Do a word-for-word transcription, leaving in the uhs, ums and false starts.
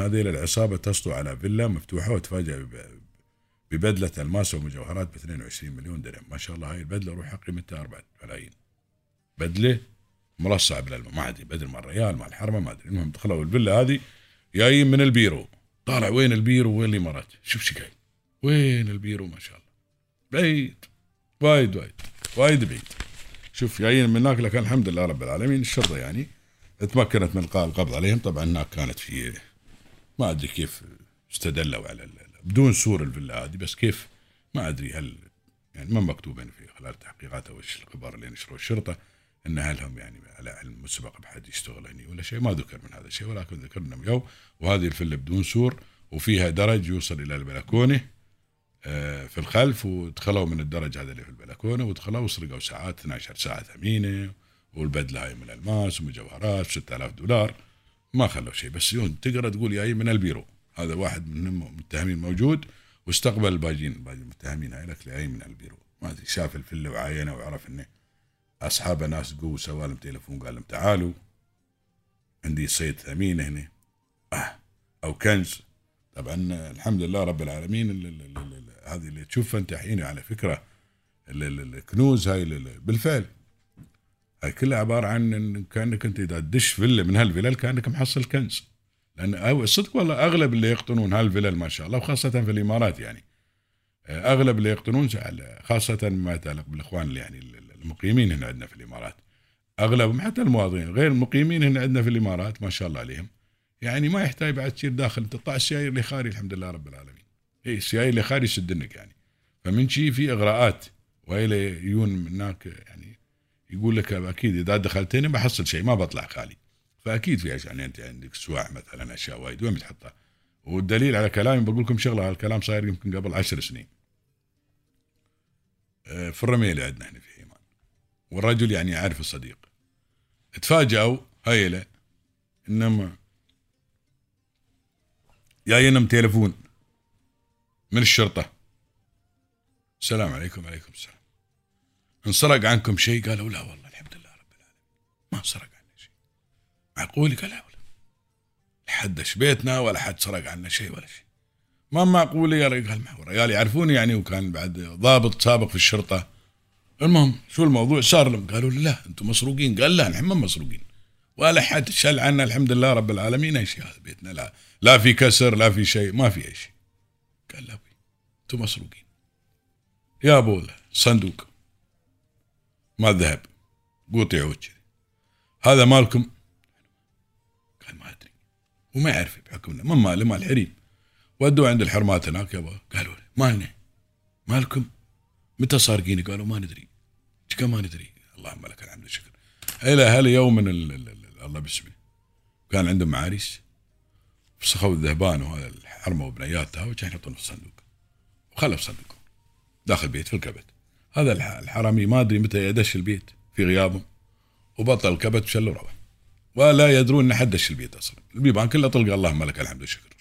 هذه العصابة تسطو على فيلا مفتوحة وتفاجأ ببدلة ألماس ومجوهرات ب اثنين وعشرين مليون درهم. ما شاء الله هاي البدلة روح قيمتها أربعة ملايين. بدلة مرصعة بالألماس، ما أدري بدل مال ريال مال حرمة ما أدري. المهم دخلوا الفيلا هذه جايين من البيرو. طالع وين البيرو وين الإمارات؟ شوف شكاي وين البيرو ما شاء الله بعيد وايد وايد وايد بعيد. شوف جايين من هناك، لكن الحمد لله رب العالمين الشرطة يعني تمكنت من إلقاء القبض عليهم. طبعا هناك كانت في ما أدري كيف استدلوا على بدون سور الفيلا هذه، بس كيف ما أدري هل يعني ما مكتوبين في خلال تحقيقات أو إيش الخبر اللي نشروا الشرطة إن هلهم يعني على علم مسبق بحد يشتغل هني ولا شيء. ما ذكر من هذا الشيء، ولكن ذكرنا اليوم. وهذه الفيلا بدون سور وفيها درج يوصل إلى البلكونة في الخلف، ودخلوا من الدرج هذا اللي في البلكونة ودخلوا وسرقوا ساعات اثنتي عشرة ساعة ثمينة، والبدلة هاي من الماس ومجوهرات ستة آلاف دولار. ما خلوا شيء، بس يوم تقرأ تقول جاي من البيرو. هذا واحد من المتهمين موجود واستقبل الباجين الباجين المتهمين هاي لك جاي من البيرو. ما ادري شاف الفيلا وعاينه وعرف انه اصحاب ناس قو سوى لهم تليفون قال لهم تعالوا عندي صيد ثمين هنا آه او كنز. طبعا الحمد لله رب العالمين. هذه اللي تشوفها انت حين على فكره الكنوز هاي بالفعل هاي كلها عباره عن كانك انت اذا تدش فيلا من هالفلل كانك محصل كنز. لان صدق والله اغلب اللي يقطنون هالفلل ما شاء الله، وخاصه في الامارات يعني اغلب اللي يقطنون خاصه ما يتعلق بالاخوان اللي يعني المقيمين هنا عندنا في الامارات، اغلبهم حتى المواطنين غير المقيمين هنا عندنا في الامارات ما شاء الله عليهم يعني ما يحتاج بعد تصير داخل تطلع السيايير اللي خاري الحمد لله رب العالمين. اي السيايير اللي خاري يسدنك يعني. فمن شيء في اغراءات وهي يجون من هناك يعني يقول لك اكيد اذا دخلت هنا بحصل شيء ما بطلع خالي. فاكيد في اشياء يعني انت عندك سواع مثلا اشياء وايد وين بتحطها. والدليل على كلامي بقول لكم شغله، هالكلام صاير يمكن قبل عشر سنين في الرميله عندنا هنا في ايمان. والرجل يعني يعرف الصديق. تفاجئوا هيله انما جاينا تليفون من الشرطه السلام عليكم. وعليكم السلام. انسرق عنكم شيء؟ قالوا لا والله الحمد لله رب العالمين ما انسرق عنا شيء. معقول؟ قال لا والله حدش بيتنا ولا حد سرق عنا شيء ولا شيء. ما معقول يا رجال. قال ما رجال يعرفوني يعني وكان بعد ضابط سابق في الشرطه. المهم شو الموضوع صار لهم؟ قالوا لا انتم مسروقين. قال لا نحن ما مسروقين ولا حد شل عنا الحمد لله رب العالمين اي شيء. هذا بيتنا لا لا في كسر لا في شيء ما في اي شيء. قال لا انتم مسروقين يا ابو صندوق ما ذهب قوطي عود كذي هذا مالكم؟ قال ما ادري وما يعرف بحكمنا ما ماله مال حريم. ودوا عند الحرمات هناك يابا قالوا مالنا مالكم متى سارقين؟ قالوا ما ندري. كم ما ندري. اللهم لك الحمد والشكر. الى هل يوم من الله باسمه كان عندهم معاريس فسخوا الذهبان وهذا الحرمه وبنياتها وكان يحطون في الصندوق وخلوا في صندوق داخل البيت في الكبت. هذا الحرامي ما ادري متى يدش البيت في غيابهم وبطل الكبت وشلوا روح ولا يدرون ان حدش البيت اصلا. البيبان كلها طلق اللهم لك الحمد والشكر.